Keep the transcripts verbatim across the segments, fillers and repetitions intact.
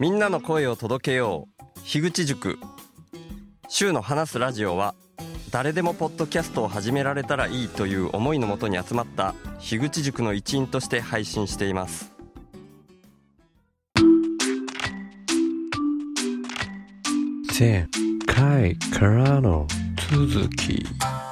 みんなの声を届けよう。樋口塾。週の話すラジオは誰でもポッドキャストを始められたらいいという思いのもとに集まった樋口塾の一員として配信しています。 前回からの続き。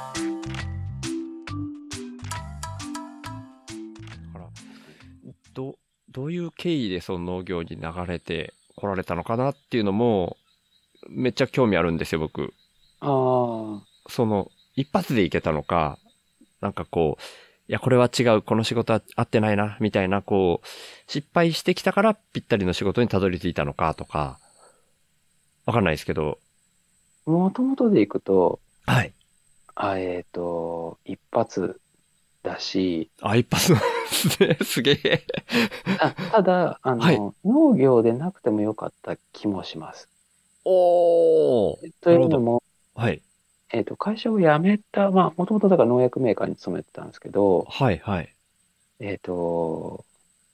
ど, どういう経緯でその農業に流れて来られたのかなっていうのもめっちゃ興味あるんですよ、僕。 ああ。 その一発でいけたのか、なんかこう、いやこれは違う、この仕事は合ってないなみたいな、こう失敗してきたからぴったりの仕事にたどり着いたのかとか、わかんないですけど。 もともとでいくと、 はい。 あえっ、ー、と一発だし、 あ、一発ですね。すげえ。 あ、ただあの、はい、農業でなくてもよかった気もします。 おー。 というのも、 はい。 えっ、ー、と会社を辞めた、まあもともとだから農薬メーカーに勤めてたんですけど、 はいはい。 えっ、ー、と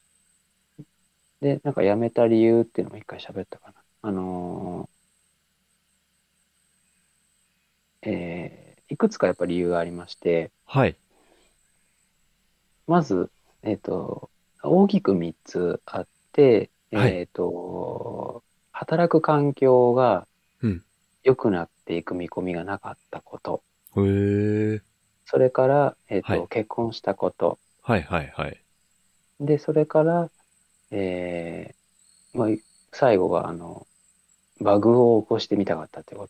でなんか辞めた理由っていうのも一回喋ったかな。あのー、えー、いくつかやっぱり理由がありまして、 はい。 まず、えっ、ー、と、大きくみっつあって、 はい、 えっ、ー、と、働く環境が良くなっていく見込みがなかったこと。 うん、へえ。 それから、えっ、と、 はい、 結婚したこと。 はいはいはい。 で、それから、えー、まあ、最後が、あの、バグを起こしてみたかったということ。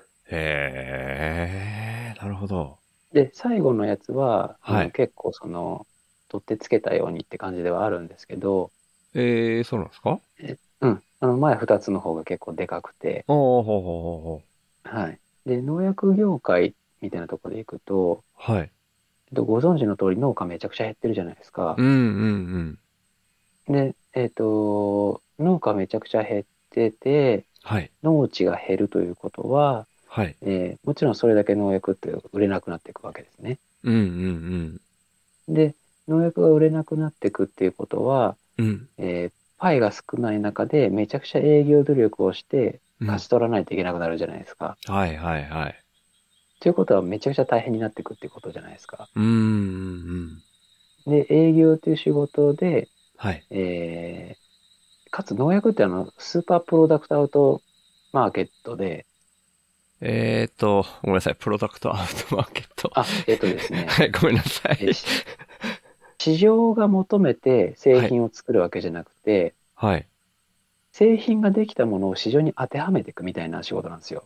へえ、なるほど。 で、最後のやつは、あの、 はい。 結構その、取ってつけたようにって感じではあるんですけど、 えー、そうなんですか？ えうん。あの、前二つの方が結構でかくて、 おー、ほうほうほうほう。 はい。で、農薬業界みたいなところでいくと、 はい。 えっと、ご存知の通り農家めちゃくちゃ減ってるじゃないですか。 うんうんうん。 で、えっと、農家めちゃくちゃ減ってて、 はい。 農地が減るということは、 はい。 えーもちろんそれだけ農薬って売れなくなっていくわけですね。 うんうんで、農薬が売れなくなっていくっていうことは、 うん。うん。 えーパイが少ない中でめちゃくちゃ営業努力をしてうん。 勝ち取らないといけなくなるじゃないですか。 はいはいはい。 ということはめちゃくちゃ大変になっていくっていうことじゃないですか。 うんうんうん。 で、営業という仕事で、 はい。 えー、かつ農薬ってあの、スーパープロダクトアウトマーケットで、 えーと、ごめんなさい。プロダクトアウトマーケット。 あ、えっとですね、 はい、ごめんなさい。 えし市場が求めて製はい。 品を作るわけじゃなくて、 はい。 製品ができたものを市場に当てはめていくみたいな仕事なんですよ。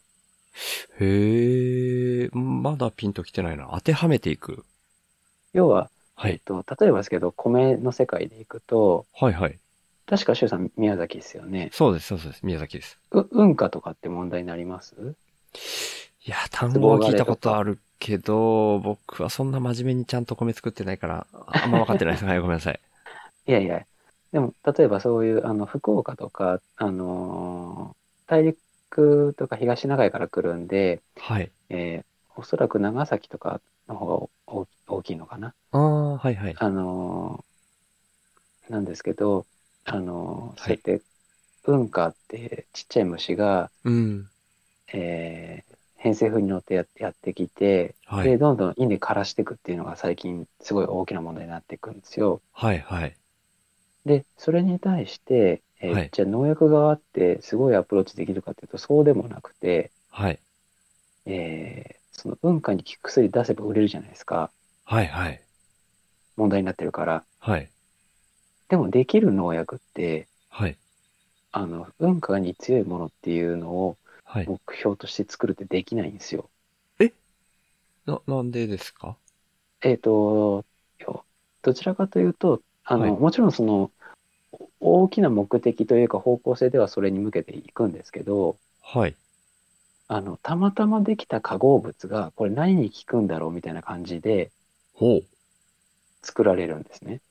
へえ、まだピンときてないな。当てはめていく。 要は、 はい。 えっと、例えばですけど、米の世界でいくと、 はいはい。 確か周さん宮崎ですよね。 そうです、そうです。宮崎です。 う、運河とかって問題になります？ いや、単語は壺聞いたこと枯れとか。 あるけど、僕はそんな真面目にちゃんと米作ってないから、あんま分かってないです。はい、ごめんなさい。 いやいや、でも、例えばそういう、あの、福岡とか、あのー大陸とか東シナ海から来るんで、 はい。 えーおそらく長崎とかの方が大大きいのかな。 ああ、はいはい。 あのーなんですけど、あのーはい。 そうやって、運河ってちっちゃい虫が、 うん。 えー偏西風に乗ってややってきて、で、 はい。 どんどん稲枯らしていくっていうのが最近すごい大きな問題になっていくんですよ。 はいはい。 で、それに対して、えーはい。 じゃあ農薬側ってすごいアプローチできるかっていうとそうでもなくて、 はい。 えーその運河に効く薬出せば売れるじゃないですか。 はいはい。 問題になってるから。 はい。 でもできる農薬って、 はい。 あの、運河に強いものっていうのをはい。 目標として作るってできないんですよ。 えな、なんでですか？ えっと、よどちらかというと、あの、 はい。 もちろんその、大きな目的というか方向性ではそれに向けていくんですけど、 はい。 あの、たまたまできた化合物が、これ何に効くんだろうみたいな感じでほう。 作られるんですね。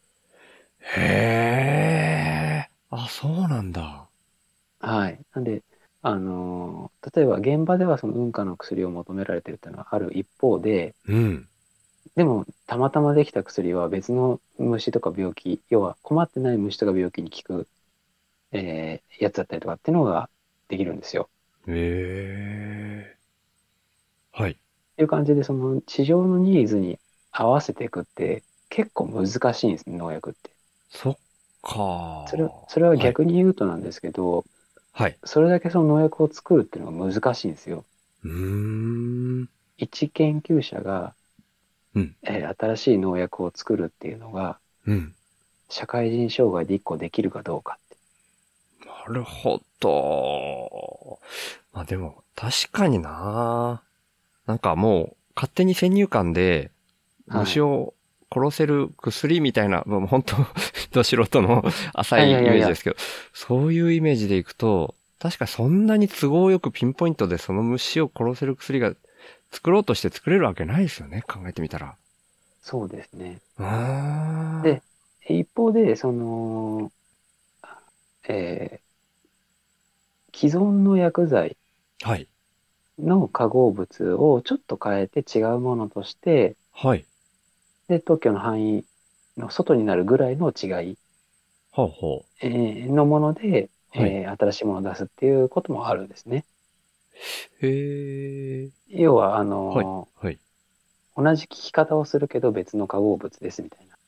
へえ。あ、そうなんだ。 はい。なんで、あのー例えば現場ではその運化の薬を求められてるっていうのはある一方で、 うん。 でも、たまたまできた薬は別の虫とか病気、要は困ってない虫とか病気に効く、えーやつだったりとかっていうのができるんですよ。 ええ。はい。 っていう感じで、その市場のニーズに合わせていくって結構難しいんですね、農薬って。 そっそれは、 か。 それははい。 逆に言うとなんですけど、 はい。 それだけその農薬を作るっていうのが難しいんですよ。 うーん。 一研究者が、 うん。 えー新しい農薬を作るっていうのが、 うん。 社会人障害で一個できるかどうかって。 なるほど。まあでも、確かにな。なんかもう、勝手に先入観で、 はい。 虫を殺せる薬みたいな、もう本当、ど素人の浅あ、いいやいやいや、 イメージですけど、そういうイメージでいくと、確かそんなに都合よくピンポイントでその虫を殺せる薬が作ろうとして作れるわけないですよね、考えてみたら。 そうですね。 あで、一方で、その、えー既存の薬剤あ。はい。 の化合物をちょっと変えて違うものとして、 はい。 で、特許の範囲の外になるぐらいの違い、 ほうほえーのもので、 う。はい。 えー新しいものを出すっていうこともあるんですね。 へえ。 要は、あはい。 のはい。 ー同じ聞き方をするけど別の化合物ですみたいな。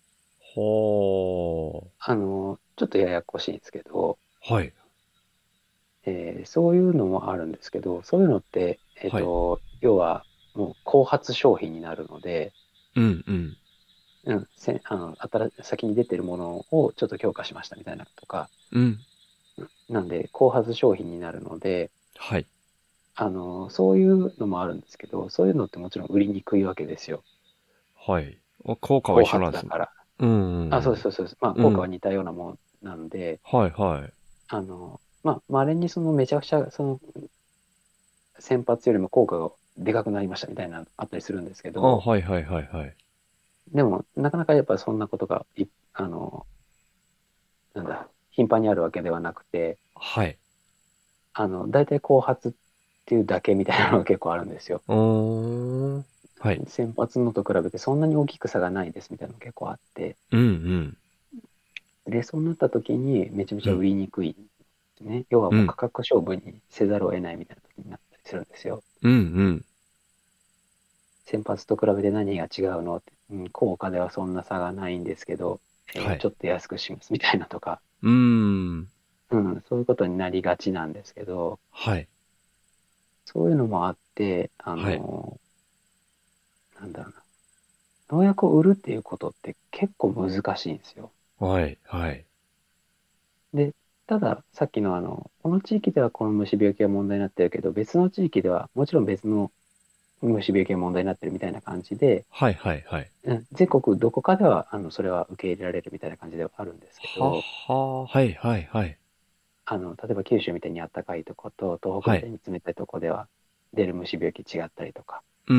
ほあのーちょっとややこしいんですけど、 う。はい。 えーそういうのもあるんですけど、そういうのって、えっはい。 と、要はもう後発商品になるので、 うんうん。 うん、せあの、新先に出てるものをちょっと強化しましたみたいなとか、 うん。 なんで、後発商品になるので、 はい。 あの、そういうのもあるんですけど、そういうのってもちろん売りにくいわけですよ。 はい。お効果は後一緒なんですね。 発だから。 うんうあ、そうです、 んそうです。まあ、 うん。うん。 効果は似たようなもんなんで、 はいはい。 あの、まあ、稀にそのめちゃくちゃ、その、先発よりも効果がでかくなりましたみたいなのあったりするんですけあ、 ど、 はいはいはいはい。 でも、なかなかやっぱそんなことがい、あの、なんだ、頻繁にあるわけではなくて、 はい。 あの、大体後発っていうだけみたいなのが結構あるんですよ。 うーん。はい。 先発のと比べてそんなに大きく差がないですみたいなのが結構あって、 うんうんで、そうなった時にめちゃめちゃ売うん。 りにくいですね。要はうん。 もう価格勝負にせざるを得ないみたいな時になったりするんですよ。 うんうん。 先発と比べて何が違うのって、うん、効果ではそんな差がないんですけど、えーはい。 ちょっと安くしますみたいなとか、 うーん。 うん、そういうことになりがちなんですけど、 はい。 そういうのもあって、あはい。 の、なんだろうな、農薬を売るっていうことって結構難しいんですよ。 はい。はい。 で、ただ、さっきのあの、この地域ではこの虫病気が問題になってるけど、別の地域ではもちろん別の虫病気が問題になってるみたいな感じで、 はいはいはい。 うん、全国どこかでは、あの、それは受け入れられるみたいな感じではあるんですけはど、 は、はいはいはい。 あの、例えば九州みたいに暖かいとこと東北はい。 みたいに冷たいとこでは出る虫病気違ったりとか、 うんうん。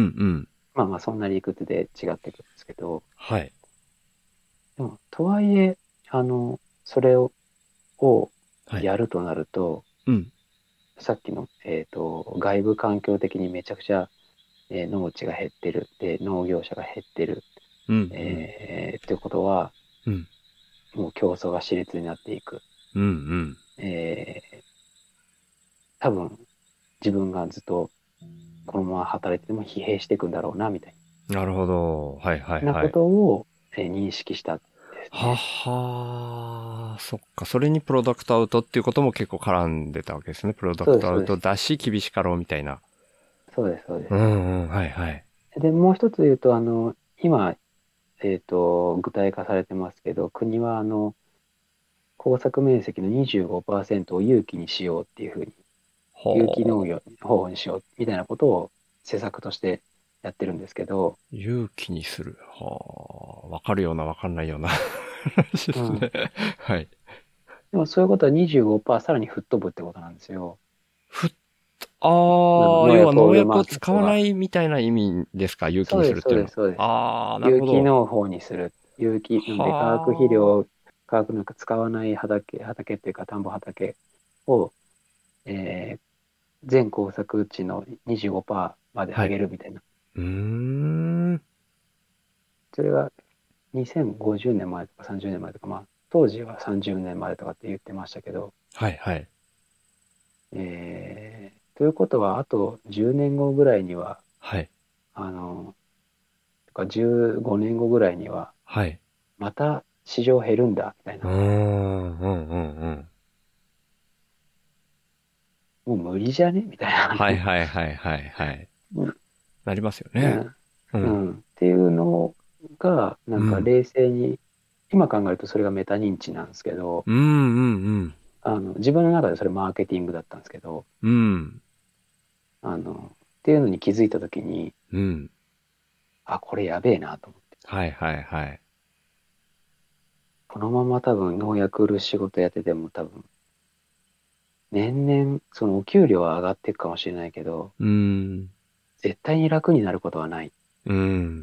まあまあそんな理屈で違ってくるんですけど、 はい。 でも、とはいえ、あの、それを、をはい。 やるとなると、 うん。 さっきの、えっと、外部環境的にめちゃくちゃ、えー農地が減ってる。で、農業者が減ってる。 うんうん。 えーっていうことは、 うん。 もう競争が熾烈になっていく。 うんうん。 えー多分、自分がずっとこのまま働いてても疲弊していくんだろうな、みたいなるほど。はいはいなこはい。 とを、えー認識したんですはね。 は、そっか。それにプロダクトアウトっていうことも結構絡んでたわけですね。プロダそうです、 クトアウそうです。 トだし、厳しかろうみたいな。 そうです、そうでうす。 んうん、はいはい。 で、もう一つ言うと、あの、今、えっと、具体化されてますけど、国は、あの、耕作面積のにじゅうごパーセントを有機にしようっていうふうに、有機農ほ業方法にしようみたいなことを施策としてやってるんですけど、 う。勇気にする。はあ。わかるようなわかんないような話でうん。 すね。はい。 でもそういうことはにじゅうごパーセントさらに吹っ飛ぶってことなんですよ。 ふっ、ああ、 農要は薬を売るマー農薬をケットが。 使わないみたいな意味ですか？勇気そうです、 にするっていうのそうです、そうです。 は。ああ、なる有ほど。 機農法にする。有機、なんで化学肥は料、化学なんか使わない畑、畑っていうか田んぼ畑を、えー全耕作地のにじゅうごパーセントまであ。はい。 上げるみたいな。 うーん。 それがにせんごじゅうねんまえとかさんじゅうねんまえとか、まあ、当時はさんじゅうねんまえとかって言ってましたけど、 はいはい。 えー、ということは、あとじゅうねんごぐらいには、 はい。 あの、とかじゅうごねんごぐらいには、 はい。 また市場減るんだ、みたいうーな。 ん、うん、うん、うん。 もう無理じゃねみたいな。 はいはいはいはいはい。 うん、 なりますよね。 うん、 うん。 うん。っていうのが、なんかうん。 冷静に、今考えるとそれがメタ認知なんですけど、 うん、うん、うん。 あの、自分の中でそれマーケティングだったんですけど、 うん。 あの、っていうのに気づいたときに、 うん。 あ、これやべえなと思って。 はいはいはい。 このまま多分農薬売る仕事やってても多分、年々そのお給料は上がっていくかもしれないけど、 うん。 絶対に楽になることはないっうん。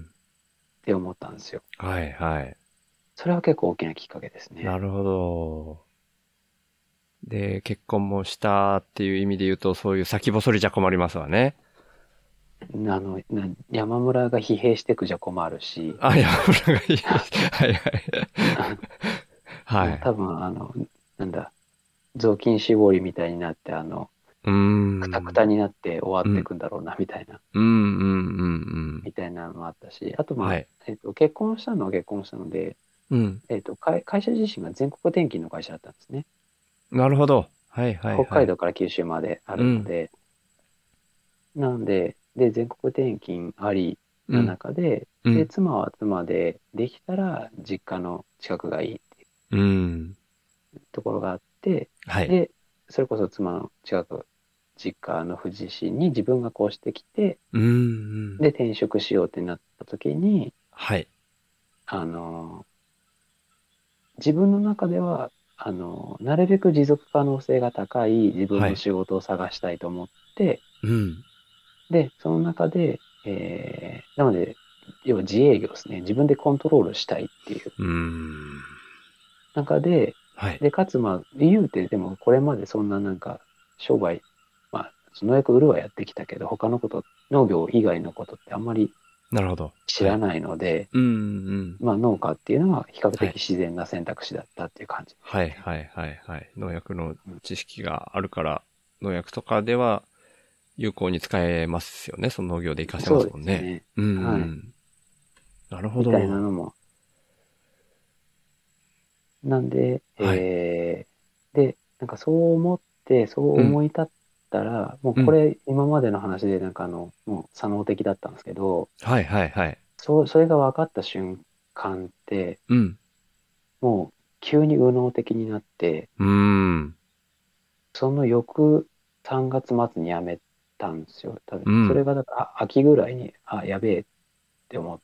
て思ったんですよ。 はいはい。 それは結構大きなきっかけですね。 なるほど。で、結婚もしたっていう意味で言うと、そういう先細りじゃ困りますわね。 あの、な山村が疲弊していくじゃ困るし、 あ、山村がいい。はいはい。はい。 もう多分あの、なんだ、雑巾絞りみたいになって、あの、 うーくたくたん。 になって終わっていうん。 くんだろうな、みたいな、 うん、うん、うん、うん。 みたいなのもあったし、あとまあ、 はい。 えっと、結婚したのは結婚したので、 うん。 えっと、会、会社自身が全国転勤の会社だったんですね。 なるほど。はいはい北はい。 海道から九州まであうん。 るので、なので、で、全国転勤ありなうん。 中で、で、 うん。 妻は妻で、できたら実家の近くがいいっていううん。 ところがあって、 はい。 で、それこそ妻の近く、実家の富士市に自分がこうしてきて、 うん。うん。 で、転職しようってなった時に、 はい。 あの、自分の中では、あの、なるべく持続可能性が高い自分はい。 の仕事を探したいと思って、 うん。 で、その中で、えー、なので、要は自営業ですね。自分でコントロールしたいっていううーん。 中で、 はい。 で、かつ、まあ、言うて、でも、これまでそんななんか、商売、まあ、その役売るはやってきたけど、他のこと、農業以外のことってあんまりなるほど。はい。 知らないので、 うん。うん。 まあ、農家っていうのは比較はい。 的自然な選択肢だったっていう感じですね。 はいはいはいはい。農薬のうん、 知識があるから、農薬とかでは有効に使えますよね。その農業で活かせまそうすもんね。 ですね。 うんうはい。 ん。なるほみたいなど。 のも。なんで、 はい。 えー、で、なんかそう思って、そううん。 思い立ったら、もううん。 これ今までの話でなんかあの、もう左脳的だったんですけど、 はいはいはい。 そう、それが分かった瞬間って、 うん。 もう急に右脳的になって、 うーん。 その翌さんがつ末に辞めたんですよ。多分、 うん。 それがだからあ秋ぐらいに、あ、やべえって思って、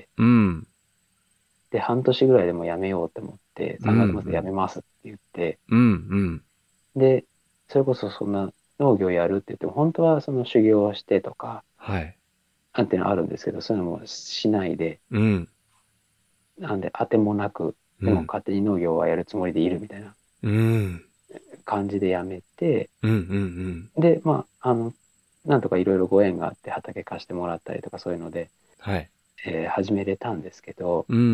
うん。 で、半年ぐらいでも辞めようって思って、 うん。うさんがつ末で辞ん。 めますって言って、 うん。うん。 で、それこそそんな農業やるって言っても、本当はその修行をしてとか、 はい。 なんていうのあるんですけど、そういうのもしないで、 うん。 なんで当てもなく、でもうん。 勝手に農業はやるつもりでいるみたいなうん。 感じで辞めて、 うん。うん。 で、まあ、あの、なんとかいろいろご縁があって畑貸してもらったりとかそういうので、 はい。 えー始めれたんですけど、 うん。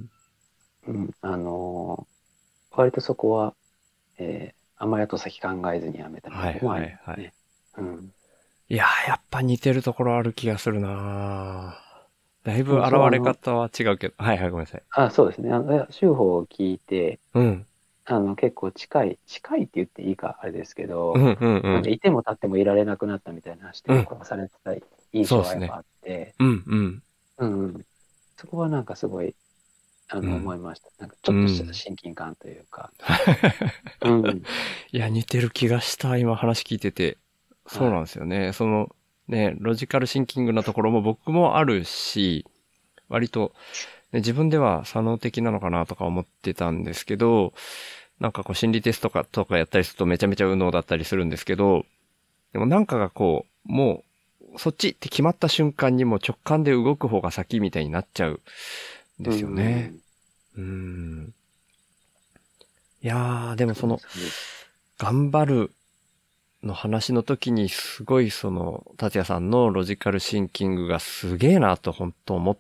うん、あのー割とそこは、えーあまり後先考えずに辞めたみたはいいなところもありはいはい。 ますね。うん。 いやー、やっぱ似てるところある気がするなー。だいぶ現うん、そう、あれの、 方は違うけど。はいはい、ごめんなさい。 あ、そうですね。あの、いや州法を聞いて、 うん。 あの、結構近い、近いって言っていいか、あれですけど、 うんうんうん。 なんかいても立ってもいられなくなったみたいな視うん。 点を殺されてた印そうですね。 象はやっぱあって、 うんうん。 うん、そこはなんかすごい、あの、思うん。 いました。なんかちょっとしたうん。 親近感というか、うん、 いや、似てる気がした、今話聞いてて。そうなんはい。 ですよね。その、ね、ロジカルシンキングなところも僕もあるし、割と、ね、自分では左脳的なのかなとか思ってたんですけど、なんかこう心理テストとかとかやったりするとめちゃめちゃ右脳だったりするんですけど、でもなんかがこう、もう、そっちって決まった瞬間にもう直感で動く方が先みたいになっちゃうんでうすよね。 ん、 うーん。いやー、でもその、 そうですね。 頑張るの話の時にすごいその、達也さんのロジカルシンキングがすげえなと本当思って、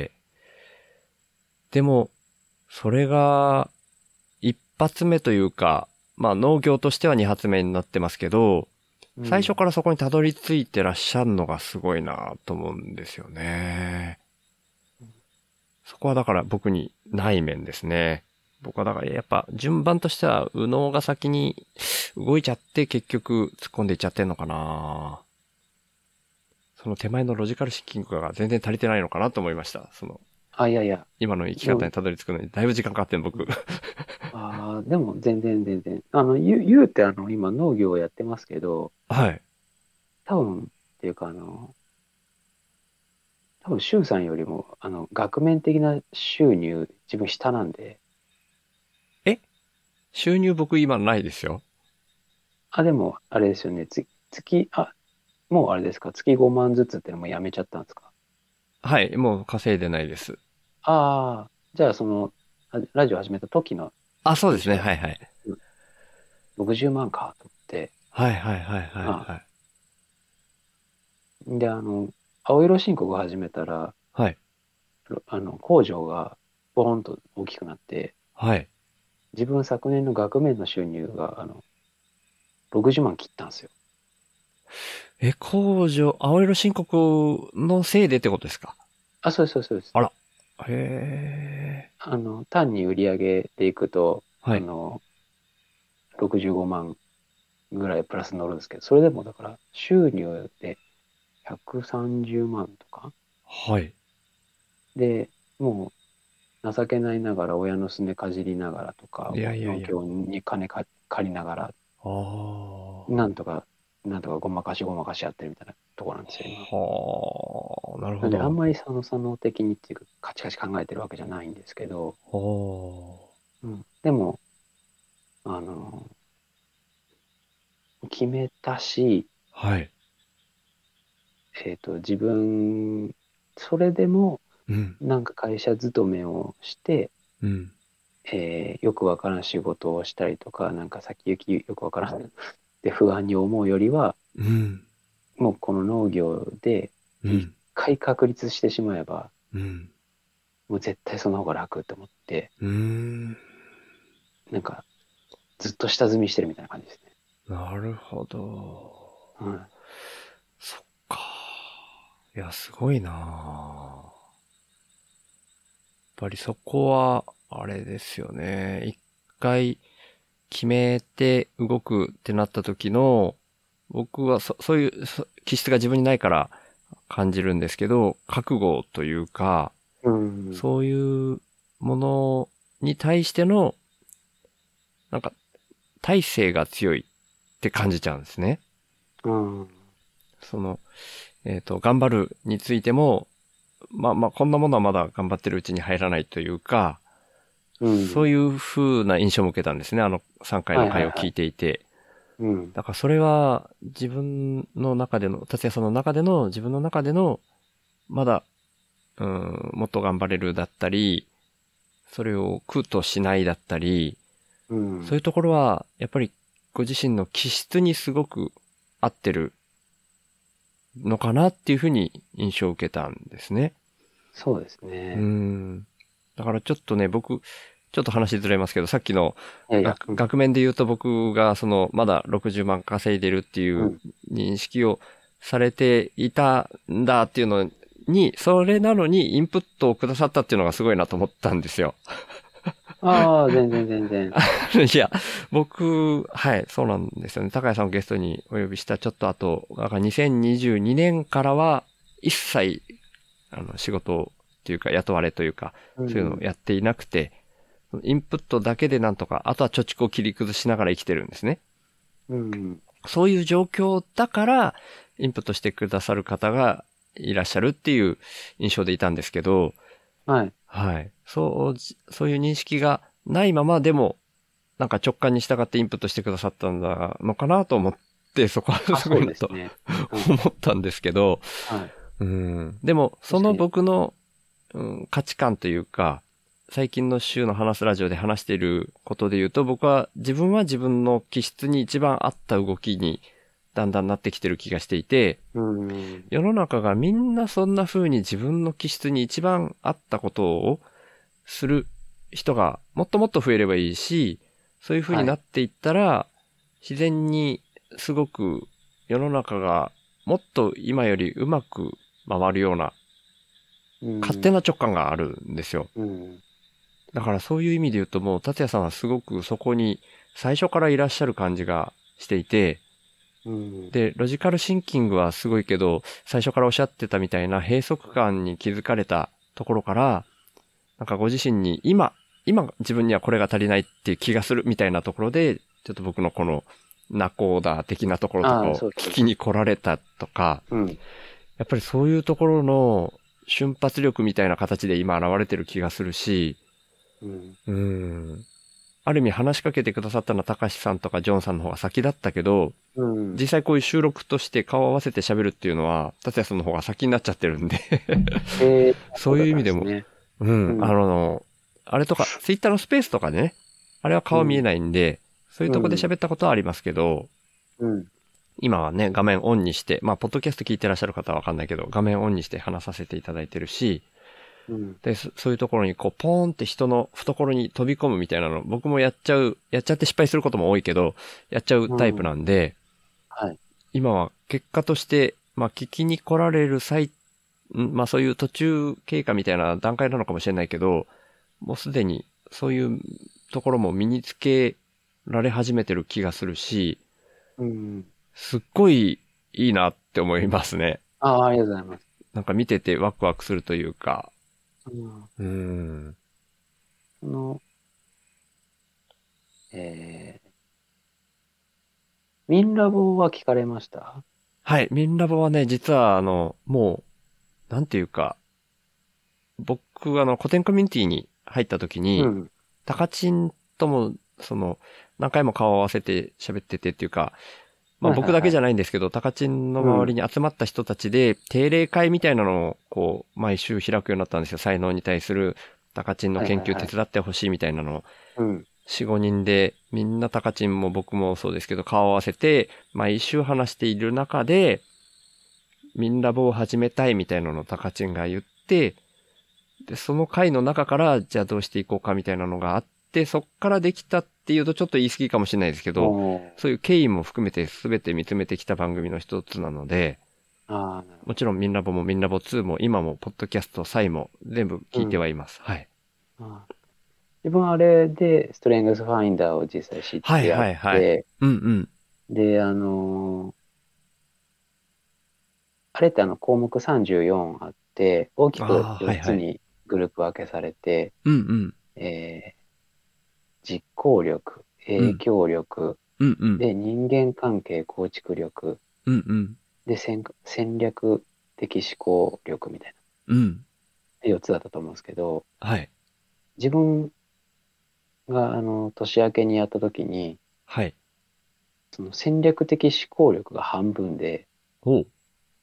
でも、それが、一発目というか、 まあ農業としてはに発目になってますけど、 うん最初からそこにたどり着いてらっしゃるのがすごいなと思うんですよね。そこはだから僕にない面ですね。僕はだからやっぱ順番としては右脳が先に動いちゃって結局突っ込んでいっちゃってんのかな。その手前のロジカルシンキングが全然足りてないのかなと思いました。そのあ、いやいや。 今の生き方にたどり着くのにだいぶ時間かかってん僕。 ああ、でも全然全然。あの、ゆ言うてあの、今農業をやってますけど、 はい。 多分っていうかあの、多分、周さんよりも、あの、額面的な収入、自分下なんで、 収入僕今ないですよ。 あ、でも、あれですよね、つ月、あ、もうあれですか、月ごまんずつってのもやめちゃったんですか？ はい。もう稼いでないです。 ああ、じゃあその、あラジオ始めた時のあ、そうですね。はいはい。 ろくじゅうまんかと思って、 はいはいはいはいあはい。 で、あの、青色申告を始めたら、 はい。 あの、工場がボーンと大きくなって、 はい。 自分昨年の額面の収入が、あの、ろくじゅうまん切ったんですよ。 え、工場、青色申告のせいでってことですか？ あ、そうです、そうです、そうです。 あら。へあの、単に売り上げでいくと、 ー。はい。 あの、ろくじゅうごまんぐらいプラス乗るんですけど、それでもだから収入でひゃくさんじゅうまんとかはい。 で、もう情けないながら親のすねかじりながらとか、 いやいやいや農協に金か借りながら、 ああ。 なんとか、なんとかごまかしごまかしやってるみたいなところなんですよ、今。 はあ。なるなので、あんほど。 まりその左脳的にっていうか、カチカチ考えてるわけじゃないんですけど、 はうん、でも、あの、決めたし、 あ。はい。 えっと、自分、それでも、 うん。 なんか会社勤めをして、 うん。 えーよくわからん仕事をしたりとか、なんか先行きよくわからんって不安に思うよりは、 うん。 もうこの農業で一うん。 回確立してしまえば、 うん。 もう絶対その方が楽って思って、 うーん。 なんかずっと下積みしてるみたいな感じですね。 なるほど。 うん。 そっか。いや、すごいなあ。やっぱりそこは、あれですよね。一回決めて動くってなった時の、僕はそそういうそ気質が自分にないから感じるんですけど、覚悟というか、 うん。 そういうものに対しての、なんか、体性が強いって感じちゃうんですね。 うん。 その、えっと、頑張るについても、まあまあ、こんなものはまだ頑張ってるうちに入らないというか、 うん。 そういう風な印象も受けたんですね。あのさんかいの回を聞いていて。 うん。 だからそれは自分の中での、達也さんの中での、自分の中での、まだ、うん、もっと頑張れるだったり、それを苦としないだったり、 うん。 そういうところは、やっぱりご自身の気質にすごく合ってるのかなっていうふうに印象を受けたんですね。 そうですうね。 ん。だからちょっとね、僕、ちょっと話ずれますけど、さっきのいやいや、 額額面で言うと僕がその、まだろくじゅうまん稼いでるっていう認識をされていたんだっていうのに、それなのにインプットをくださったっていうのがすごいなと思ったんですよ。 ああ、全然全然。 いや、僕、はい、そうなんですよね。高谷さんをゲストにお呼びしたちょっと後、だからにせんにじゅうにねんからは一切、あの、仕事っていうか雇われというか、 うんそういうのをやっていなくて、インプットだけでなんとか、あとは貯蓄を切り崩しながら生きてるんですね。 うん。 そういう状況だから、インプットしてくださる方がいらっしゃるっていう印象でいたんですけど、 はい。 はい。そう、そういう認識がないままでも、なんか直感に従ってインプットしてくださったんだのかなと思って、そこはあ、 すそごいなとうですね。うん思ったんですけど、 はい。 うん。でも、その僕の、うん、価値観というか、最近の週の話すラジオで話していることで言うと、僕は自分は自分の気質に一番合った動きにだんだんなってきてる気がしていて、 うん。 世の中がみんなそんな風に自分の気質に一番合ったことをする人がもっともっと増えればいいし、 そういう風になっていったら、自然にすごく世の中がもっと今よりうまく回るようなうん勝手な直感があるんですよ。 うんだからそういう意味で言うともう達也さんはすごくそこに最初からいらっしゃる感じがしていて、 うんで、ロジカルシンキングはすごいけど、最初からおっしゃってたみたいな閉塞感に気づかれたところから、なんかご自身に今、今自分にはこれが足りないっていう気がするみたいなところで、ちょっと僕のこのナコーダー的なところとかをああそうそう聞きに来られたとか、 うんやっぱりそういうところの瞬発力みたいな形で今現れてる気がするし、 うんうーん。ある意味話しかけてくださったのは高橋さんとかジョンさんの方が先だったけど、 うん実際こういう収録として顔を合わせて喋るっていうのは、達也さんの方が先になっちゃってるんでえーそういう意味でも、 そうだったんすねうん、 うんあの、あれとか、ツイッターのスペースとかでね、あれは顔見えないんで、そういうとこで喋ったことはありますけど、 うん今はね、画面オンにして、まあ、ポッドキャスト聞いてらっしゃる方はわかんないけど、画面オンにして話させていただいてるし、 うんで、そそういうところにこう、ポーンって人の懐に飛び込むみたいなの、僕もやっちゃう、やっちゃって失敗することも多いけど、やっちゃうタイプなんで、 はい今は結果として、まあ、聞きに来られる際、んまあ、そういう途中経過みたいな段階なのかもしれないけど、もうすでにそういうところも身につけられ始めてる気がするし、 うんすっごいいいなって思いますね。 ああありがとうございますなんか見ててワクワクするというか、 うんうーん。 そのえーミンラボは聞かれましたはい、ミンラボはね、実はあの、もう、なんていうか、僕、あの、古典コミュニティに入った時に、 うんタカチンとも、その、何回も顔を合わせて喋っててっていうか、まあはいはいはい僕だけじゃないんですけど、タカチンの周りに集まった人たちで、定例会みたいなのを、こう、毎週開くようになったんですよ。才能に対するタカチンの研究手伝ってほしいみたいなのを。 うんよん、ごにんで、みんなタカチンも僕もそうですけど、顔を合わせて、毎週話している中で、ミンラボを始めたいみたいなのをタカチンが言って、で、その回の中から、じゃあどうしていこうかみたいなのがあって、そっからできたっていうとちょっと言い過ぎかもしれないですけど、 おーそういう経緯も含めて全て見つめてきた番組の一つなので、 ああなるほもちろんミンラボもミンラボツーも今もポッドキャストサイも全部聞いてはいます。はい。 どあー自分はあれでストレングスファインダーを実際知ってはいやって、 はいはいうんうん。 で、あのーあれってあの項目さんじゅうよんあって、大きく4 あーはいはいつにグループ分けされて、 うんうん。 えー実行力、影響力、 うんうん。 で、人間関係構築力、 うんうん。 で、戦戦略的思考力みたいうん。 なよっつだったと思うんですけど、 はい。 自分があの年明けにやった時に、 はい。 その戦略的思考力が半分で、 おう。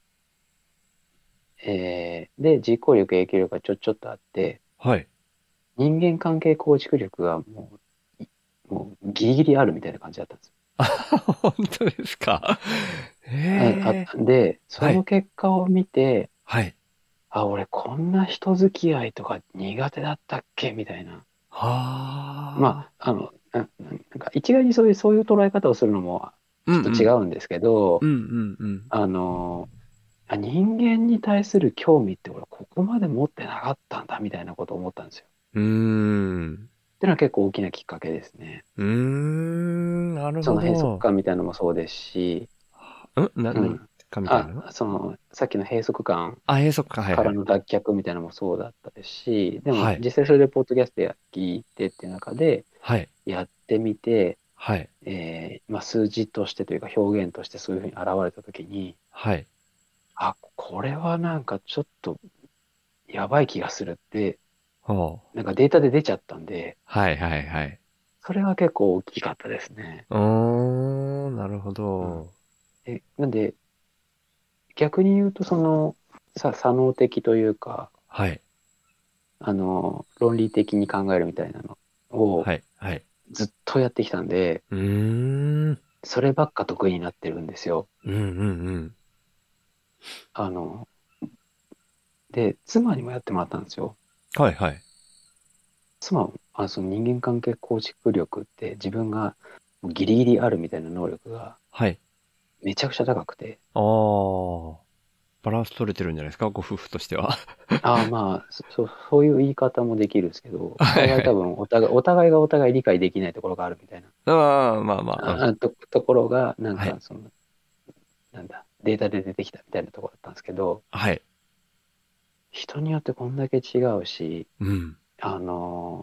えーで、実行力、影響力がちょちょっとあって、 はい。 人間関係構築力がもう、いもうギリギリあるみたいな感じだったんですよ。 本当ですか。へえ。 ああで、その結果を見て、 はい。 あ、俺こんな人付き合いとか苦手だったっけみたいな。 はあ。 まあ、あの、ななんか一概にそういう、そういう捉え方をするのもちょっと違うんですけど、 うんうんうん。 あの、あ人間に対する興味って俺ここまで持ってなかったんだみたいなことを思ったんですよ。 うーん。 っていうのは結構大きなきっかけですね。 うーん。なるほど。 その閉塞感みたいなのもそうですし、 うんな、何うん。 かみたいなのあ、その、さっきの閉塞感あ、閉塞か。はいはい。 からの脱却みたいなのもそうだったですし、でもはい実際それでポッドキャストや聞いてっていう中ではい。 やってみて、 はい。 えーまあ、数字としてというか表現としてそういうふうに現れたときに、 はい。 あ、これはなんかちょっとやばい気がするって、 ほう。 なんかデータで出ちゃったんで、 はいはいはい。 それは結構大きかったですね。 うーん。なるほど。 えなんで、逆に言うとその、さ、左脳的というか、 はい。 あの、論理的に考えるみたいなのをはい。はい。 ずっとやってきたんで、 うーん。 そればっか得意になってるんですよ。 うんうんうん。 あの、で、妻にもやってもらったんですよ。 はいはい。 妻は、あ、その人間関係構築力って自分がギリギリあるみたいな能力がはい。 めちゃくちゃ高くて、 ああ、バランス取れてるんじゃないですか、ご夫婦としては。 ああまあ、そそう、そういう言い方もできるんですけど、おはいはい。 互い多分、お互い、お互いがお互い理解できないところがあるみたいな、 ああ、まあまあ、うん。 あと、ところが、なんはい。 か、その、なんだ、データで出てきたみたいなところだったんですけど、 はい。 人によってこんだけ違うし、 うん。 あの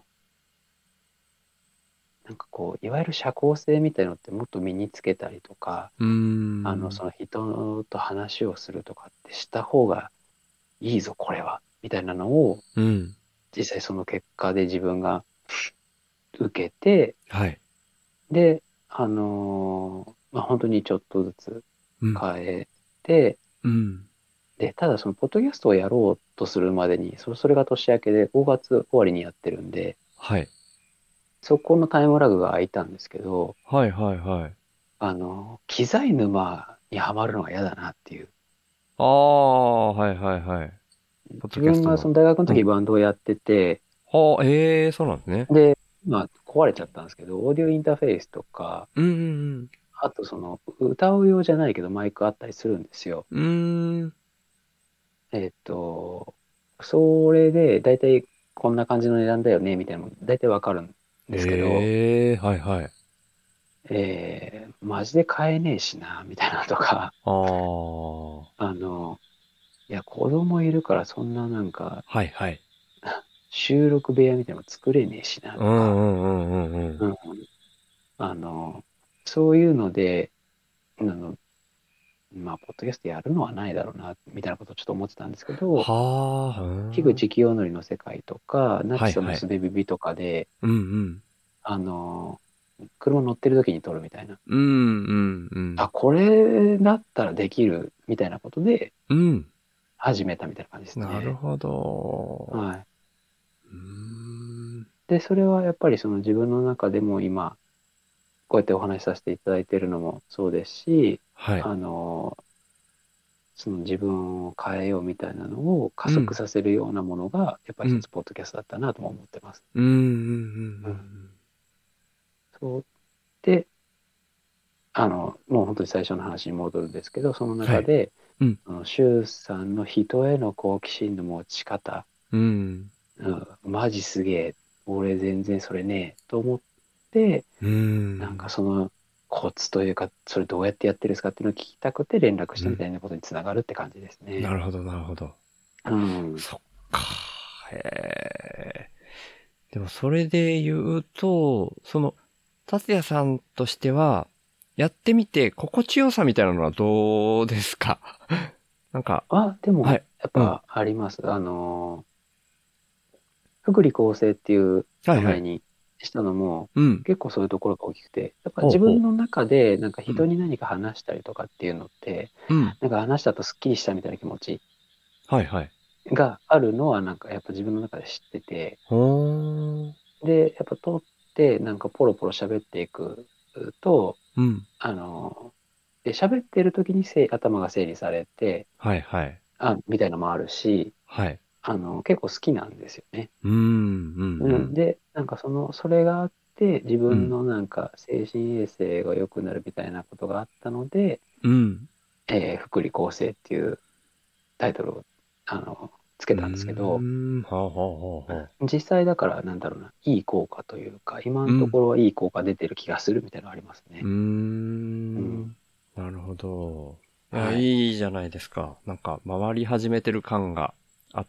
なんかこう、いわゆる社交性みたいのってもっと身につけたりとか、 うーあの、 ん。 その人と話をするとかってした方がいいぞ、これは、みたいなのを、 うん。 実際その結果で自分が受けて、 はい。 で、あのーまあ、本当にちょっとずつうん。 変えて、 うん。 で、ただそのポッドキャストをやろうとするまでに、そそれが年明けでごがつ終わりにやってるんで、 はい。 そこのタイムラグが空いたんですけど、 はいはいはい。 あの、機材沼にはまるのが嫌だなっていう。 ああ、はいはいはい。ポッド自分がそキャストの。 の大学のうん。 時バンドをやってて、 はあ、ええー、そうなんですね。 で、まあ壊れちゃったんですけど、オーディオインターフェースとか、 うんうんあとその歌う用じゃないけどマイクあったりするんですよ。 うん。うーん。 えっと、それで大体こんな感じの値段だよね、みたいなのも大体わかるんですけど、 ええー、はいはい。 えー、マジで買えねえしな、みたいなのとか、 ああ、はあの、いや、子供いるからそんななんか、 いはい。 収録部屋みたいなの作れねえしな、 うんうとか、 んうんうんうん。 うん、あの、そういうので、あの、まあ、ポッドキャストやるのはないだろうな、みたいなことをちょっと思ってたんですけど、 はあ、う樋ん。 口清則の世界とか、ナチはいはい。 スのすべビビとかで、 うんうん。 あの、車乗ってる時に撮るみたいな。 うんうんうあ、 ん。 これだったらできるみたいなことでうん。 始めたみたいな感じですね。 なるほど。 はい。 うーん。 で、それはやっぱりその自分の中でも今、こうやってお話しさせていただいているのもそうですし、 はい。 あの、その自分を変えようみたいなのを加うん。 速させるようなものが、やっぱりうん。 一つポッドキャストだったなとも思ってます。 うんうんうんううん。 ん。 そう。で、あの、もう本当に最初の話に戻るんですけど、そのはい。 中で、 うん。 あの、シュウさんの人への好奇心の持ち方、 うん。 うん、マジすげえ、俺全然それねえと思って、 うなんかん。 そのコツというか、それどうやってやってるんですかっていうのを聞きたくて連絡しうん。 たみたいなことにつながるって感じですね。 なるほど、なるほど。 うん。 そっか。へえ。でもそれで言うと、その、達也さんとしては、やってみて心地よさみたいなのはどうですか？なんか、 あ、でも、 はい。うん。 やっぱあります。あの、福利厚生っていうはいはい。 名前にしたのも、 うん。 結構そういうところが大きくて、やっぱほうほ自分の中でなんかう。うん。 人に何か話したりとかっていうのって、 うん。 なんか話したとスッキリしたみたいな気持ちはいはい。 があるのはなんかやっぱ自分の中で知ってて、 ほーん。 で、やっぱ撮ってなんかポロポロ喋っていくと、 うん。 あの、で、喋ってる時にせ頭が整理されて、 はいはい。 あ、みたいなのもあるし、 はい。 あの、結構好きなんですよね。 うーん。うん。ううん。 ん。 で、なんかその、それがあって、自うん。 分のなんか精神衛生が良くなるみたいなことがあったので、 うん。 えー福利厚生っていうタイトルを、あの、つうーけたんですけど、 ん。はあ、はあ、はあ、はあ。 実際だからなんだろうな、いい効果というか、今うん。 のところはいい効果出てる気がするみたいなのがありますうーね。うん。 ん。なるほど。いや、 はい。 いいじゃないですか。なんか、回り始めてる感があって、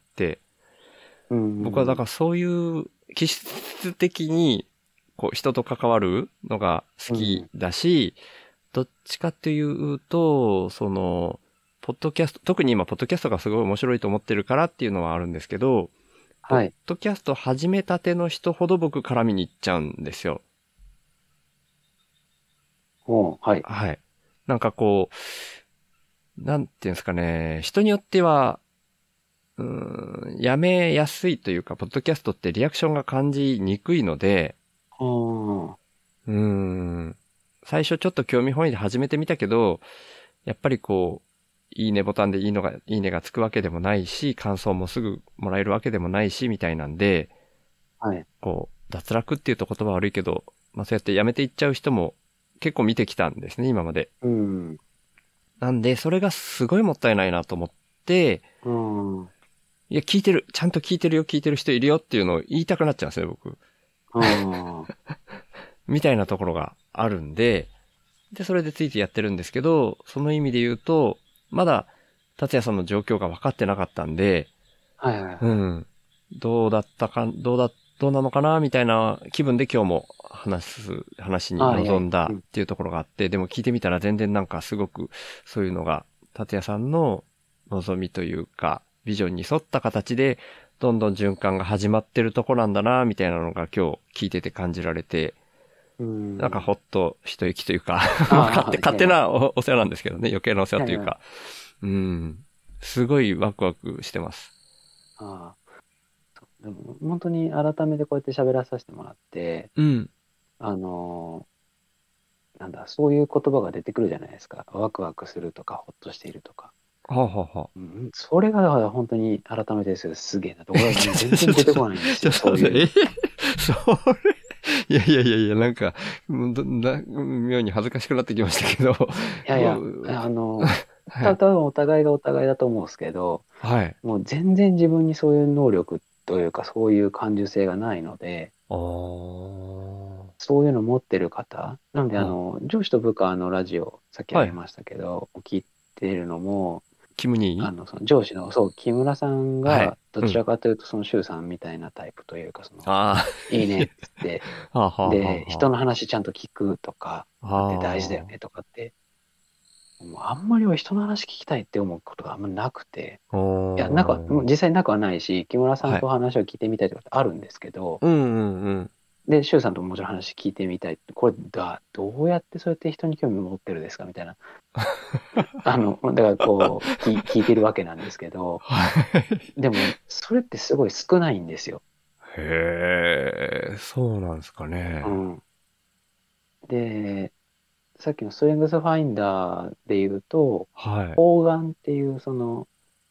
僕はだうん。 からそういう気質的に、こう、人と関わるのが好きうん。 だし、どっちかっていうと、その、ポッドキャスト、特に今、ポッドキャストがすごい面白いと思ってるからっていうのはあるんですけど、ポッはい。 ドキャスト始めたての人ほど僕絡みに行っちゃうんですよ。 おう、はい。 はい。なんかこう、なんていうんですかね、人によっては、うーん、やめやすいというか、ポッドキャストってリアクションが感じにくいので、 ああ。 うーん、最初ちょっと興味本位で始めてみたけど、やっぱりこう、いいねボタンでいいのが、いいねがつくわけでもないし、感想もすぐもらえるわけでもないし、みたいなんで、 はい。 こう、脱落っていうと言葉悪いけど、まあそうやって辞めていっちゃう人も結構見てきたんですね、今まで。 うん。 なんで、それがすごいもったいないなと思って、 うん。 いや、聞いてる、ちゃんと聞いてるよ、聞いてる人いるよっていうのを言いたくなっちゃうんですね、僕。 うん。 みたいなところがあるんで、で、それでついてやってるんですけど、その意味で言うと、まだ、達也さんの状況が分かってなかったんで、 はいはいはい。 うん。どうだったか、どうだ、どうなのかなみたいな気分で今日も話す、話にあいやいや臨んだうんっていうところがあって、でも聞いてみたら全然なんかすごくそういうのが、達也さんの望みというか、ビジョンに沿った形で、どんどん循環が始まってるとこなんだなみたいなのが今日聞いてて感じられて、 うん。 なんかほっと一息というか、 あ勝手、 いやいや勝手なおお世話なんですけどね、余計なお世話といういやいか、うん。すごいワクワクしてます。 ああ。そうでも、本当に改めてこうやって喋らさせてもらって、 うん。 あのーなんだ、そういう言葉が出てくるじゃないですか。ワクワクするとか、ほっとしているとか。 はあ、はあはあ、 うん、それがだから本当に改めてですよ。すげえなと。俺は全然出てこないんですよ。 ちょっとそういう。 待ってえそれ、いやいやいやいや、なんか、うんどな妙に恥ずかしくなってきましたけど。 いやいや、 うあの、 はい。 た多分お互いがお互いだと思うんですけど、 はい。 もう全然自分にそういう能力というか、そういう感受性がないので、 あー。 そういうの持ってる方、なんであはの、上司と部下のラジオ、さっきあはい。 げましたけど、聞いてるのも、 キムニーあの、その上司の、そう、木村さんはい。 が、どちらかというと、その、周さんみたいなタイプというか、その、 あいいねっつって、 あ。はあ、はあ、 で、人はの話ちゃんと聞くとか、 あ、はあ。 って大事だよねとかって、もうあんまりは人の話聞きたいって思うことがあんまなくて、 おいや、なくは、もうー。 実際なくはないし、木村さんはい。 と話を聞いてみたいとかってあるんですけど、 うんうんうん。 で、周さんとももちろん話聞いてみたいって、これだ、どうやってそうやって人に興味を持ってるんですかみたいな、あの、だからこう、聞聞いてるわけなんですけど、 はい。 でも、それってすごい少ないんですよ。 へえ、そうなんですかね。 うん。で、さっきのストレングスファインダーで言うと、 はい。 方眼っていうその、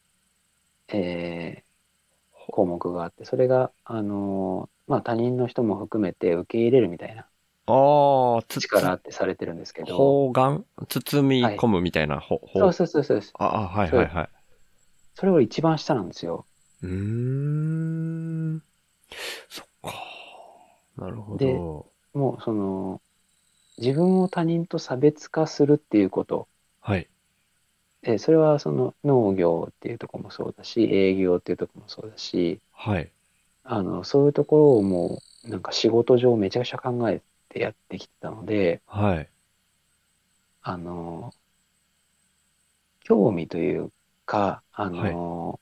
えー項目があって、それが、あのーまあ、他人の人も含めて受け入れるみたいなああ、つ、つ、 力ってされてるんですけど、 方眼包みはい。 込むみたいな、ほ、ほ、 そうそうそうそうです。 ああ、はいそうです。 はいはい。 それを一番下なんですよ。 うーん。そっか。なるほで、 ど。 もうその、自分を他人と差別化するっていうこと、 はい。 えそれはその農業っていうところもそうだし、営業っていうところもそうだし、 はい。 あの、そういうところをもう、なんか仕事上めちゃくちゃ考えてやってきてたので、 はい。 あの、興味というか、あはい。 の、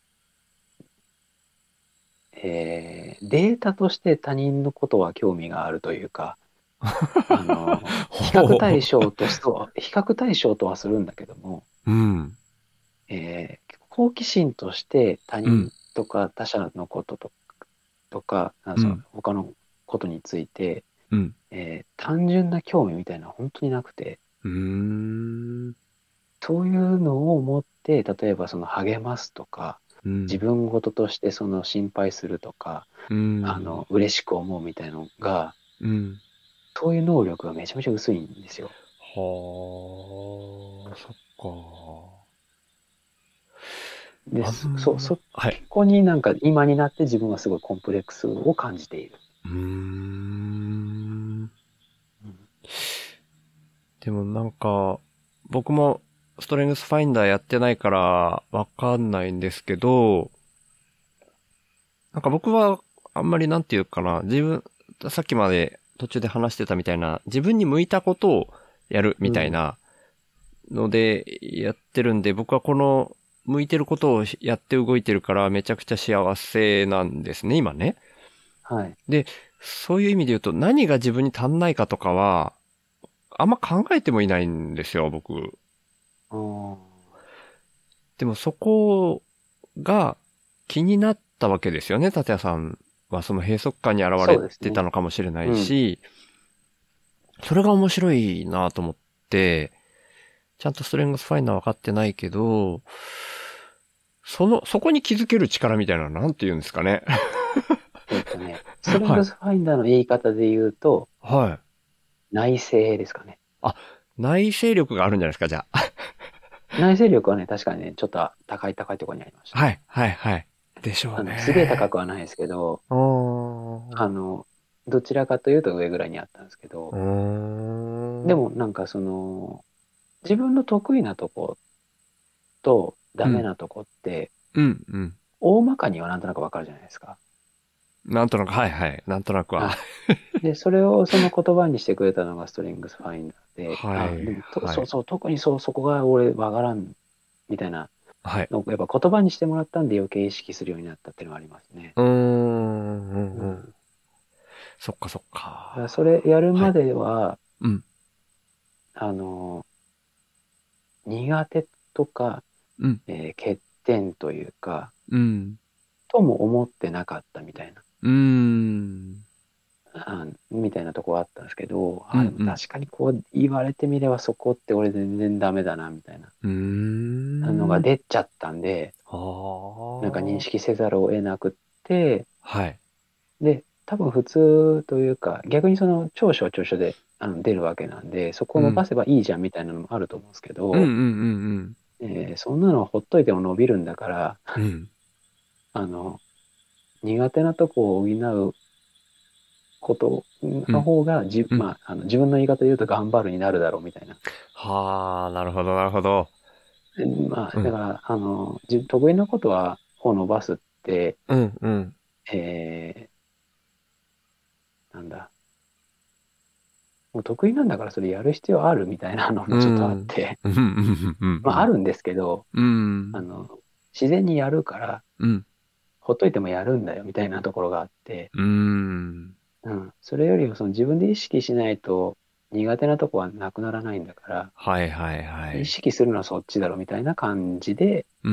えーデータとして他人のことは興味があるというか、あの、比較対ほ象とすと、比較対象とはするんだけども、 う。うん。 えー好奇心として他うん。 人とか他者のことととか、あそのうん。 他のことについて、 うん。 えー単純な興味みたいなのは本当になくて、 うーん。 そういうのを持って、例えばその励ますとか、自うん。 分事としてその心配するとか、 うん。 あの、嬉しく思うみたいなのが、 うん。 そういう能力がめちゃめちゃ薄いんですよ。 はあ、そっで、 か。あそ、そ、 んま、 そはい。 こになんか今になって自分はすごいコンプレックスを感じている。 うーん。 うん、 でもなんか、僕もストレングスファインダーやってないからわかんないんですけど、なんか僕はあんまりなんていうかな、自分、さっきまで途中で話してたみたいな、自分に向いたことをやるみたいなのでやってるんで、僕はこの向いてることをやって動いてるからめちゃくちゃ幸せなんですね、今ね。 はい。 で、そういう意味で言うと何が自分に足んないかとかは、あんま考えてもいないんですよ、僕。 あーでもそこが気になったわけですよね、達也さんはその閉塞感に現れそうですね。 てたのかもしれなうん。 いし、それが面白いなと思って、ちゃんとストレングスファインダー分かってないけど、その、そこに気づける力みたいなのはなんて言うんですかね。 えっとね、ストレングスファインダーの言い方で言うと、 はい。 内省ですかね。 あ、内省力があるんじゃないですか、じゃあ。 内省力はね、確かにね、ちょっと高い高いところにありました。 はい、はい、はい。でしょうあの、すげえ高ね。 くはないですけど、 おー。 あの、どちらかというと上ぐらいにあったんですけうど、 ーん。 でもなんかその、自分の得意なとことダメうん、 なとこって、 うん、うん。 大まかにはなんとなくわかるじゃないですか。 なんとなく、はい、はい。なんとなくは。 はい。で、それをその言葉にしてくれたのがストリングスファインダーで、あ、ではい、 もと、 はい。 そうそう、特にそう、そこが俺わからん、みたいなはい。 のをやっぱ言葉にしてもらったんで余計意識するようになったっていうのはありますね。 うーん、うん、うん。 うん。 そっか、そっだかか。 らそれやるまはい。 では、 うん、 あの、苦手とか、 うん、 えー欠点というか、 うん、 とも思ってなかったみたいな、 うーん、 あみたいなとこはあったんですけど、あ、でうん、うん。 も確かにこう言われてみればそこって俺全然ダメだな、みたいなうーのがん。 出ちゃったんで、 はなんか認あ。 識せざるを得なくって、 はい。 で、多分普通というか、逆にその長所は長所であの出るわけなんで、そこを伸ばうん。 せばいいじゃんみたいなのもあると思うんですけうん、うん、 ど、 うん、 えーそんなのはほっといても伸びるんだから、 うん。うん。 あの、苦手なとこを補うことのうん。 方がじ、 うん。 まあ、あの自分の言い方で言うと頑張るになるだろうみたいな。 はあ、なるほど、なるほど。 えまあ、 うん。 だから、あの、自得意なことは、を伸ばすって、 うん、うん。 えー、なんだ、もう得意なんだからそれやる必要あるみたいなのうもちょっとあっん。 て、 うん、うん、うん、 まあ、あるんですけど、 うん。 あの、自然にやるから、 うん。 ほっといてもやるんだよみたいなところがあって、 うん。 うん、それよりもその自分で意識しないと苦手なとこはなくならないんだから、 はい、はい、は意い。 識するのはそっちだろみたいな感じで、 うん。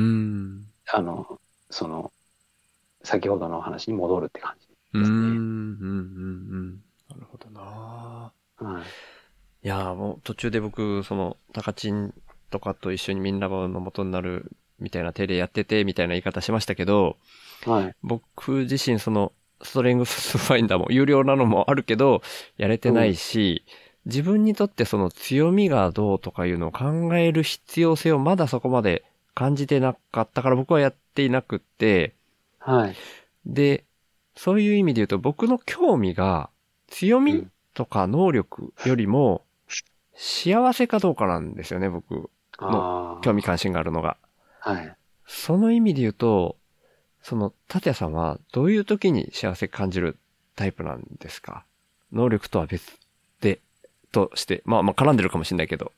あの、その、先ほどの話に戻るって感じうーん、うん、 ですね。 うん、うん。なるほどな。 はい。 いやーもう途中で僕、その、タカチンとかと一緒にみんなの元になるみたいな手でやっててみたいな言い方しましたけど、 はい。 僕自身その、ストレングスファインダーも有料なのもあるけど、やれてないうん。 し、自分にとってその強みがどうとかいうのを考える必要性をまだそこまで感じてなかったから僕はやっていなくって、 はい。 で、そういう意味で言うと僕の興味が強みうん。 とか能力よりも幸せかどうかなんですよね、僕の興味関あ心があるのが。 あ。はい。 その意味で言うと、その、達也さんはどういう時に幸せ感じるタイプなんですか？能力とは別で、として、まあまあ絡んでるかもしれないけど。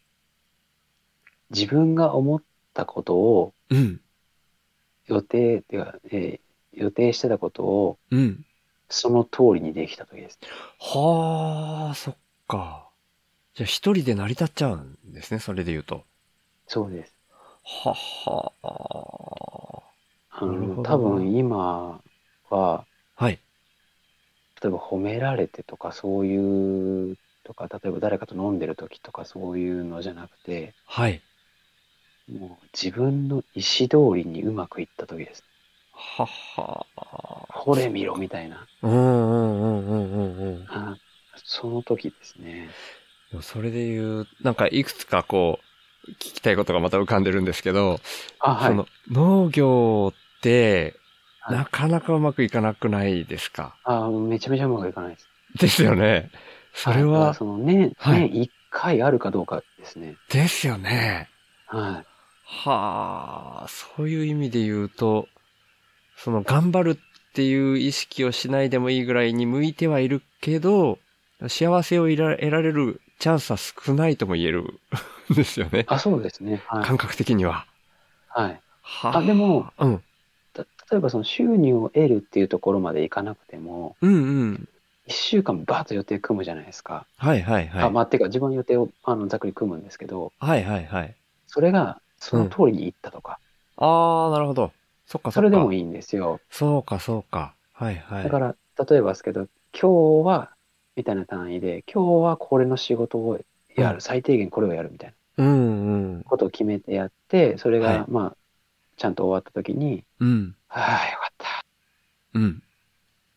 自分が思ったことをうん、 予定、てか、えー予定してたことをうん。 その通りにできた時です。 はあ、そっか。じゃあ一人で成り立っちゃうんですね、それで言うと。 そうです。 ははあ。なるあの、 ほどな。 多分今は、 はい。 例えば褒められてとかそういうとか、例えば誰かと飲んでる時とかそういうのじゃなくて、 はい。 もう自分の意思通りにうまくいった時です。 ははあ。 これ見ろみたいな。 うんうんうんうんうんうん。 あ、その時ですね。 でもそれで言う、なんかいくつかこう、聞きたいことがまた浮かんでるんですけど、 あ、はい。 その農業って、 はい。 なかなかうまくいかなくないですか？ あ、めちゃめちゃうまくいかないです。 ですよね。そはい。だかられは、 その年、 はい。 年一回あるかどうかですね。 ですよね。 はい。 はあ、そういう意味で言うと、その頑張るっていう意識をしないでもいいぐらいに向いてはいるけど、幸せを得ら得られるチャンスは少ないとも言えるんですよね。 あ、そうですね。はい。 感覚的には。 はい。 はあ、でも、 あ、うん。 た、例えばその収入を得るっていうところまでいかなくても、 うんうん。 一週間バーッと予定組むじゃないですか。 はいはいはあ、 い。 まあ、てか自分の予定をあのざっくり組むんですけど、 はいはいはい。 それがそうん。 の通りにいったとか、 ああ、なるほど。そっかそっか。 それでもいいんですよ。 そうかそうか。はいはい。 だから、例えばですけど、今日は、みたいな単位で、今日はこれの仕事をうん。 やる。最低限これをやるみたいなうんうん。 ことを決めてやって、それが、 はい。 まあ、ちゃんと終わった時に、 うん。 ああ、よかった。 うん。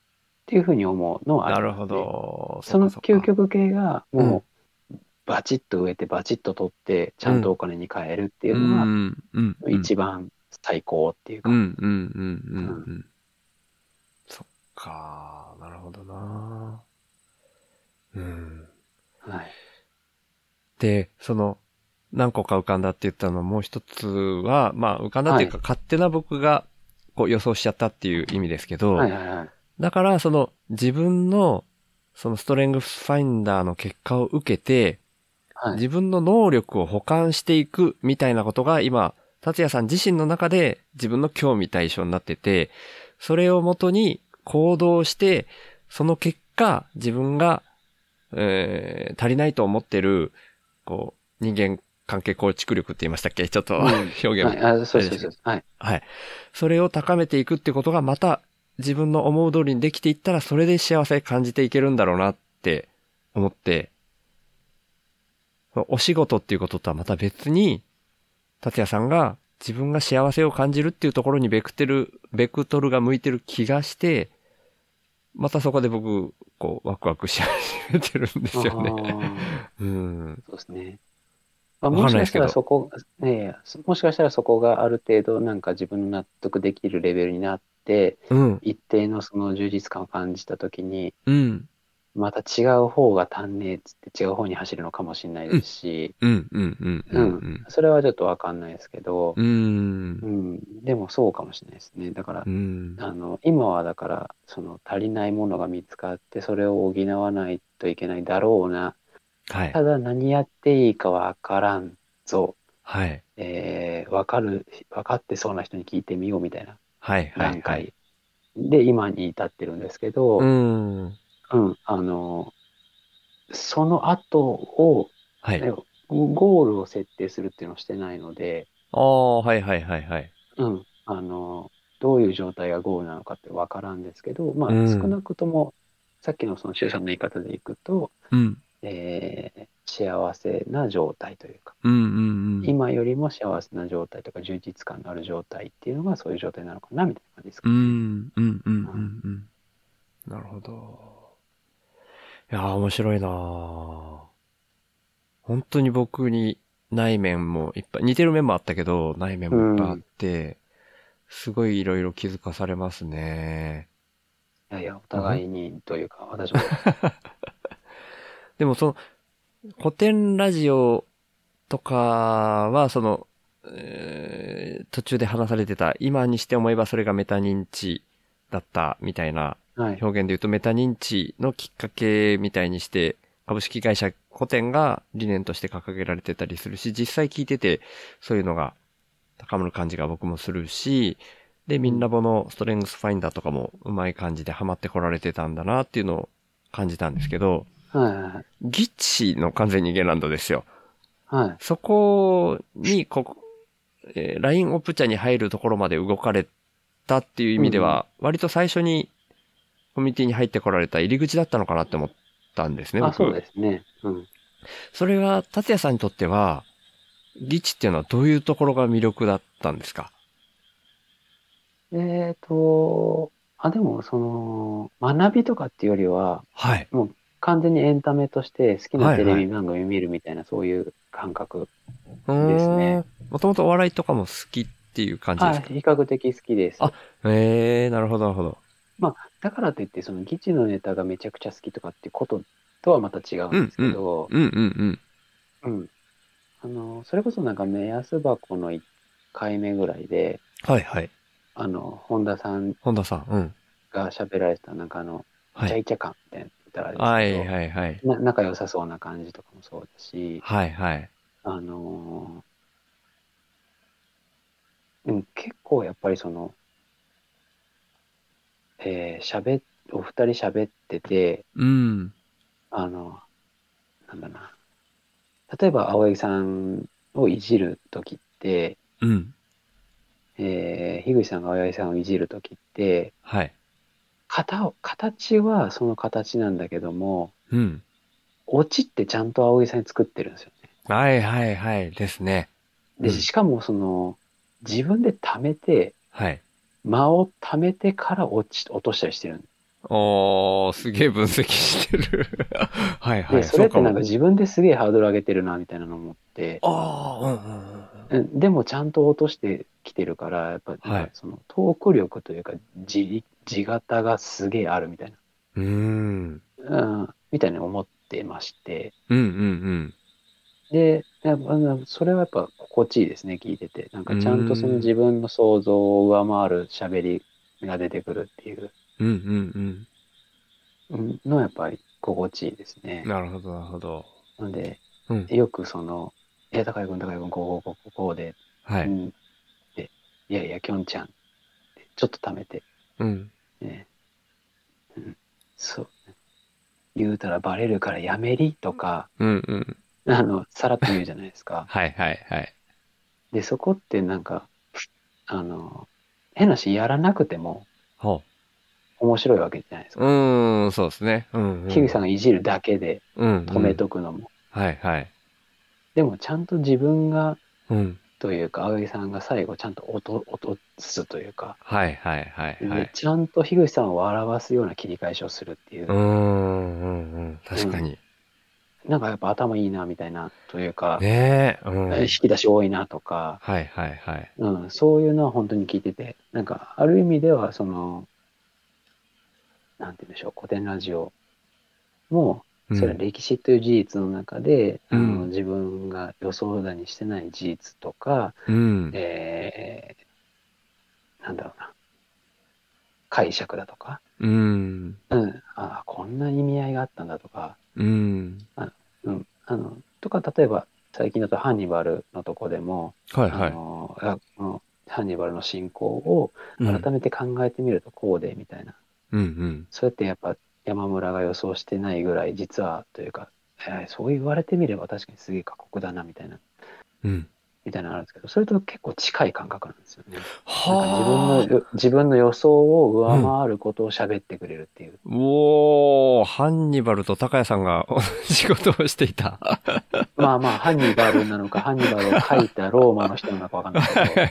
っていうふうに思うのはあなるほりますね。 ど。 そのそっかそっか。 究極系がもうバチッと植えてバチッと取ってちゃんとお金に換えるっていうのがうん、うん、うん。 一番最高っていううん、うか。 ん、うん、うん、 うんうん。そっか。なるほどな。うん。 はい。 で、その、何個か浮かんだって言ったのもう一つは、まあ浮かんだっていうか、 はい。 勝手な僕がこう予想しちゃったっていう意味ですけど、 はいはいはい。 だからその自分のそのストレングスファインダーの結果を受けて、 はい。 自分の能力を補完していくみたいなことが今、達也さん自身の中で自分の興味対象になってて、それをもとに行動して、その結果、自分が、えー足りないと思ってる、こう、人間関係構築力って言いましたっけ？ちょっとうん。 表現、 はい。あ、そうです、 あれですけど。 そうです。はい。 はい。それを高めていくってことがまた自分の思う通りにできていったら、それで幸せ感じていけるんだろうなって思って、お仕事っていうこととはまた別に、達也さんが自分が幸せを感じるっていうところにベクテル、ベクトルが向いてる気がして、またそこで僕、こう、ワクワクし始めてるんであすよね。 あ、 うん。 そうですね。まあ、 わもしかしたらかんないですけど。 そこ、ねえ、もしかしたらそこがある程度なんか自分の納得できるレベルになって、 うん。 一定のその充実感を感じたときに、 うん。 また違う方が足んねえっつって違う方に走るのかもしれないうん。 ですし、 うん。うん。うん。ううん。 ん。 それはちょっとわかんないですけど、 うん。 うん。でもそうかもしれないですね。だから、 うん。 あの、今はだから、その足りないものが見つかって、それを補わないといけないだろうな。 はい。 ただ何やっていいかわからんぞ。 はい。 えー、わかる、わかってそうな人に聞いてみようみたいなはい。はい。はい。 段階で今に至ってるんですけうど、 ん。 うん、あの、その後を、 はい。 ね、ゴールを設定するっていうのをしてないので、 ああ、はい。はい。はい。はい。 うん、あの、どういう状態がゴールなのかってわからんですけど、まあ、少うん。 なくとも、さっきのその周さんの言い方でいくと、 うん。 えー幸せな状態というか、 うん。うん。うん。 今よりも幸せな状態とか充実感のある状態っていうのがそういう状態なのかなみたいな感じですうかね。 ん。うん。うん。うん。 うん。 うん。なるほど。いやー、面白いなー。本当に僕にない面もいっぱい、似てる面もあったけど、ない面うもいっぱいあっん。 て、すごいいろいろ気づかされますね。 いやいや、おまあほん互いにというか、私もです。 でもその、古典ラジオとかは、その、えー途中で話されてた、今にして思えばそれがメタ認知だったみたいなはい。 表現で言うと、メタ認知のきっかけみたいにして、株式会社古典が理念として掲げられてたりするし、実際聞いてて、そういうのが高まる感じが僕もするし、で、 うん。 みんなボのストレングスファインダーとかもうまい感じでハマってこられてたんだなっていうのを感じたんですけど、 はいはいはい。 ギッチの完全にゲランドですよ。 はい。 そこに、ここ、えー、ライン オプチャに入るところまで動かれたっていう意うんうん。 味では、割と最初にコミュニティに入ってこられた入り口だったのかなって思ったんですね、 あ、そう僕。 ですね。うん。 それは、達也さんにとっては、ギッチっていうのはどういうところが魅力だったんですか？ えっと、あ、でも、その、学びとかっていうよりは、 はい。 もう完全にエンタメとして好きなテレはいはい。 ビ番組見るみたいな、そういう感覚うですね。 ーん。もともとお笑いとかも好きっていう感じではい、 すか？ 比較的好きであ、 す。 ええー、なるほどなるほど。 まあ、だからといって、その、ギチのネタがめちゃくちゃ好きとかっていうこととはまた違うんですうんうん。 けど、 うんうんうん。 うん。あの、それこそなんか目安箱のいっかいめぐらいで、 はいはい。 あの、本田さん本田さん。うん。 が喋られてた、なんかあの、イはい。 チャイチャ感みたいなの言ったらあれですはいけど、 はいはい。 な、仲良さそうな感じとかもそうだし、 はいはい。 あのーでも結構やっぱりその、えー、喋っ、お二人喋ってて、 うん。 あの、なんだな、例えば青柳さんをいじるときって、 うん。 えー、樋口さんが青柳さんをいじるときって、 はい。 型を、形はその形なんだけども、 うん。 オチってちゃんと青柳さんに作ってるんですよね。 はいはいはいですね。うで、 ん。 しかもその、自分で貯めて、 はい。 間を貯めてから落ち、落としたりしてる。 おー、すげえ分析してる。はいはで、 い。 それってなんかそうかも。 自分ですげえハードル上げてるな、みたいなのを思って、 ああ、うんうんうん。 うんでもちゃんと落としてきてるから、やっぱなんはい。 かそのトーク力というか、地、地型がすげえあるみたいうーん。 な、うん、みたいに思ってまして、 うんうんで、やっぱなそれはやっぱ心地いいですね、聞いてて。なんうん。うかちゃんとそのーん。 自分の想像を上回る喋りが出てくるっていううんうんうんのはやっぱり心地いいですうん。 ね。 なるほどなるほど。 なので、 うん。 よくその、いや、高井君、高井君、こう、こう、こう、こうで、 はい。 うん、で、いやいや、きょんちゃんってちょっと溜めて、 うん。 ね、うん、そう、言うたらバレるからやめりとか、 うんうん。 あの、さらっと言うじゃないですか。 はいはいはい。 で、そこってなんか、あの、変なしやらなくてもほ面白いわけじゃないですう。うか。 ーん、そうですね。うんう樋口さんん。 がいじるだけでうんう止めん。 とくのも。 はいはい。 でもちゃんと自分が、 うん。 というか、青柳さんが最後ちゃんと落と、落とすというか、 はいはいはいはで、 い。 ちゃんと樋口さんを笑わすような切り返しをするっていうーん、 う、 うんうん。 うん。 確かに。 なんかやっぱ頭いいな、みたいな、というか、 ねえ、うえ引ん。 き出し多いなとか、 はいはいはい。 うん、そういうのは本当に聞いてて、なんか、ある意味では、その、なんて言うんでしょう、古典ラジオも、それはうん。 歴史という事実の中で、あの、 うん。 自分が予想だにしてない事実とか、 うん。 えー、なんだろうな、解釈だとか、 うん。 うん、あこんな意味合いがあったんだとか、 うん。 あ、うん、あの、とか、例えば、最近だとハンニバルのとこでも、あはいはい。 の、あこのハンニバルの進行をうん。 改めて考えてみるとこうで、みたいな。 うんうん。 そうやってやっぱ山村が予想してないぐらい、実はというか、えーそう言われてみれば確かにすげえ過酷だな、みたいな、 うん。 みたいなのあるんですけど、それと結構近い感覚なんですよね。なんか自分のはあ。 よ、自分の予想を上うん。 回ることを喋ってくれるっていう。 おー、ハンニバルと高谷さんが同じことをしていた。 まあまあ、ハンニバルなのか、ハンニバルを書いたローマの人なのかわかんないですけど、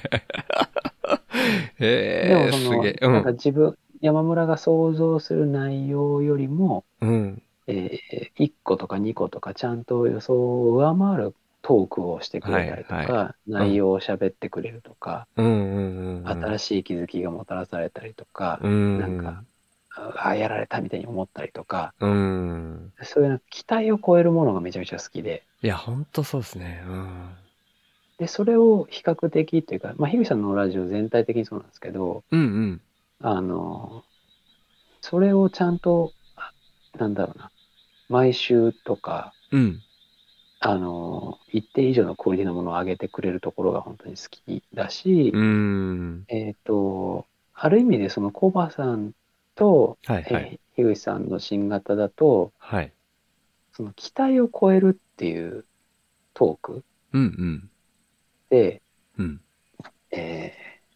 でへえ、 もその、 すげえ。うなんかん。 自分、山村が想像する内容よりも、 うん。 えー、いっことかにことかちゃんと予想を上回るトークをしてくはれたりといはい。 か、 うん。 内容を喋ってくれるとか、 うんうん新しい気づきがもたらされたりとか、 うんうなんか、 ん。 ああ、やられたみたいに思ったりとか、 うん。うん。 そういうなんか期待を超えるものがめちゃめちゃ好きで、 いや、ほんとそうですね。うん。 で、それを比較的というか、まあ、樋口さんのラジオ全体的にそうなんですけど、 うんうん。 あの、それをちゃんと、あなんだろうな、毎週とか、 うん。 あの、一定以上のクオリティのものを上げてくれるところが本当に好きだし、 うーん。 えっと、ある意味でそのコバさんと、 はいはい。 えー、樋口さんの新型だと、 はい。 その期待を超えるっていうトークうんうん。 で、 うん。 え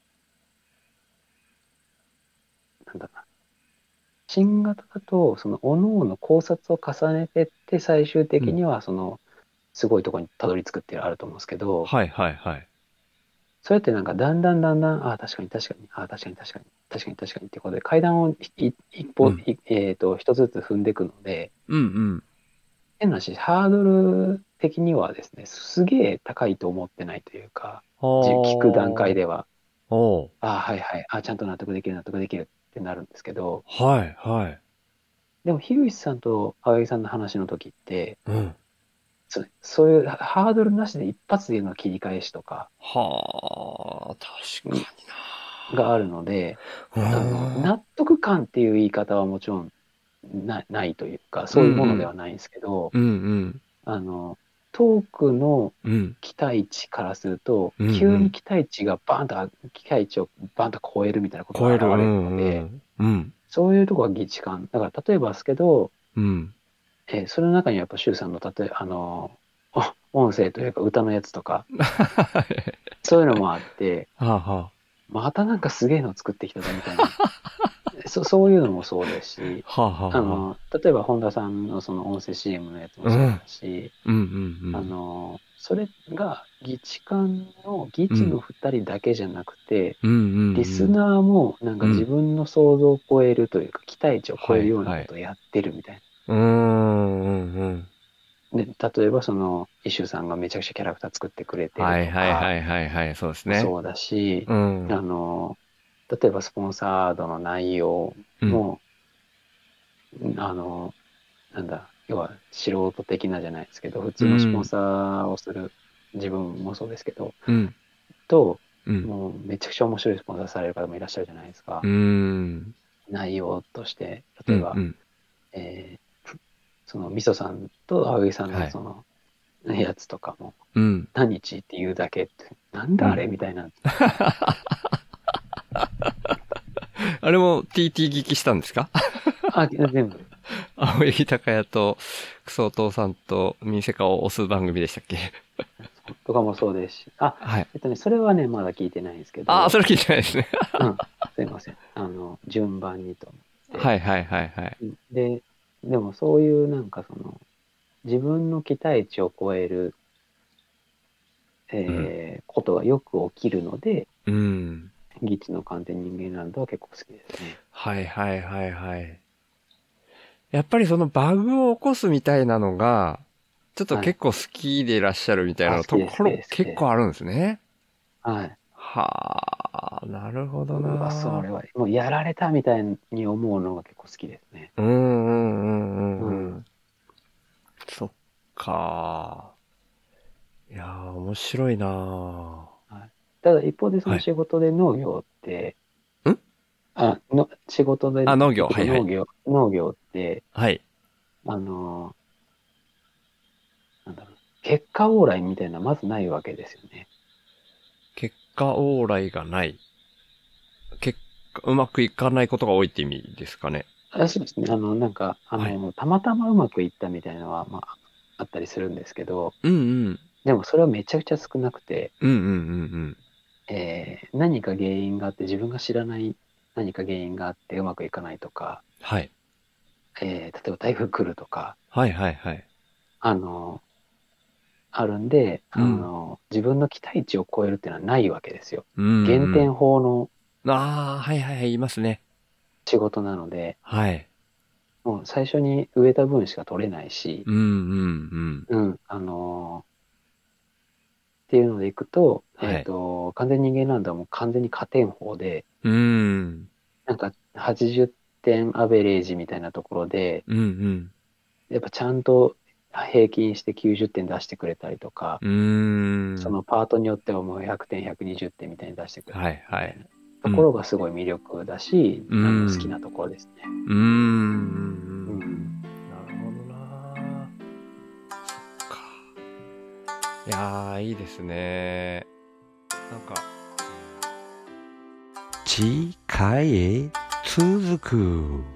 ー、なんだろうな、新型だと、その各々考察を重ねてって最終うん。 的にはそのすごいところにたどり着くっていうのあると思うんですけど、 はいはいはい。 そうやってなんかだんだんだんだん、ああ、確かに確かに、ああ、確かに確かに、確かに確かにってことで階段をいい一歩、 うん。 いえっと、一つずつ踏んでいくので、 うんうん。 変な話、ハードル的にはですね、すげえ高いと思ってないというか、じ聞く段階はでは、 あ。おー。 ああ、はいはい、ああ、ちゃんと納得できる、納得できるってなるんですけど、 はいはい。 でも、樋口さんと青柳さんの話の時って、 うん。 そそういうハードルなしで一発での切り返しとかはあ。確んかがあるので、 にな。 あの、 うーん。 納得感っていう言い方はもちろんな、ないというか、 うんそういうものでうん。 はないんですけど、 うんうん。 あの、トークのうん。 期待値からすると、 うんう急にん。 期待値がバーンと、期待値をバーンと超えるみたいなこと超える。うが現れるので、 んうん。うん。 そういうところが議事感。だから例えばですけど、 うん。 えーそれの中にはやっぱ周さんの例え、あの、お音声というか歌のやつとか、そういうのもあって、 はあはまたなんかすげえの作ってきたぞみたいな。そ、そういうのもそうですし、 あ。はあはあはあの、例えば本田さんのその音声 シーエム のやつもあ。うん。 そうだし、 うんうんあの、 それが、議事官の議事の二人だけじゃなくて、 うんうんうん。 リスナーもなんかうん自分の想像を超えるというか、期待値を超えるようはいはないことをやってるみたいな。 うーん、うんうん。 で、例えばその、イシュさんがめちゃくちゃキャラクター作ってくれてはいるとか、 はいはいはいはい、そうですね。 そうだし、 うん。 あの、例えばスポンサードの内容も、あの、なんだ、要は素人的なじゃないですけど、普通のスポンサーをする自分もそうですけど、 うん。 と、 うん。 もうめちゃくちゃ面白いスポンサーされる方もいらっしゃるじゃないですか。 うーん。 内容として、例えば、 うんうん。 えーその、みそさんと青木さんはい。 のその、やつとかも、 うん。 何日って言うだけって、なんだあれみたいな。 あれも ティーティー 聞きしたんですか？ あ、全部。 青柳高也とクソお父さんとミンセカを押す番組でしたっけ？ とかもそうですし。あ、 はい。 えっとね、それはね、まだ聞いてないんですけど。 ああ、それ聞いてないですね。 うん。すいません。あの、順番にと思って。 はいはいはいはい。 で、でもそういうなんかその、自分の期待値を超える、えーことがよく起きるので、 うん。 ギチの完全人間ランドは結構好きですね。 はいはいはいはい。やっぱりそのバグを起こすみたいなのが、ちょっと結構好きでいらっしゃるみたいなあ好ところきです好きです結構あるんですね。 はい。 はあ、なるほどうわ、そな。 れは、もうやられたみたいに思うのが結構好きですね。 うんうんうんうんう。 うんそっか。いやー、面白いなはい、ただ一方でそのはい仕事で農業って、 んあ、の、仕事であ、農業、 結はいはい。 構農業、農業って、 はい。 あの、なんだろう、結果往来みたいなのはまずないわけですよね。 結果往来がない。結果、うまくいかないことが多いって意味ですかね。 あ、そうですね。あの、なんか、あはい。 の、たまたまうまくいったみたいなのは、まあ、あったりするんですけど、 うんうん。 でもそれはめちゃくちゃ少なくて、 うんうんうんうん。 えー何か原因があって、自分が知らない何か原因があってうまくいかないとか、 はい。 えー例えば台風来るとか、 はいはいはい。 あの、あるんで、あうん。 の、自分の期待値を超えるっていうのはないわけですよ。 うん、 減点法のああ、はいはいはい、言いますね。 仕事なので、 はい。 もう最初に植えた分しか取れないし、 うんうんうん。 うん、あのっていうのでいくと、 はいえっと、完全人間ランドはもう完全に加点法で、 うん。 なんかはちじゅってんアベレージみたいなところで、 うんうんやっぱちゃんと平均してきゅうじゅってん出してくれたりとか、 うーん。 そのパートによってはもうひゃくてん、ひゃくにじゅってんみたいに出してくれはるいはいみたいなところがすごい魅力だし、 うんあの好きなところですね。 うーん。 ううんん。 なるほどな。そっか。いやー、いいですね。なんか。 次回へ続く。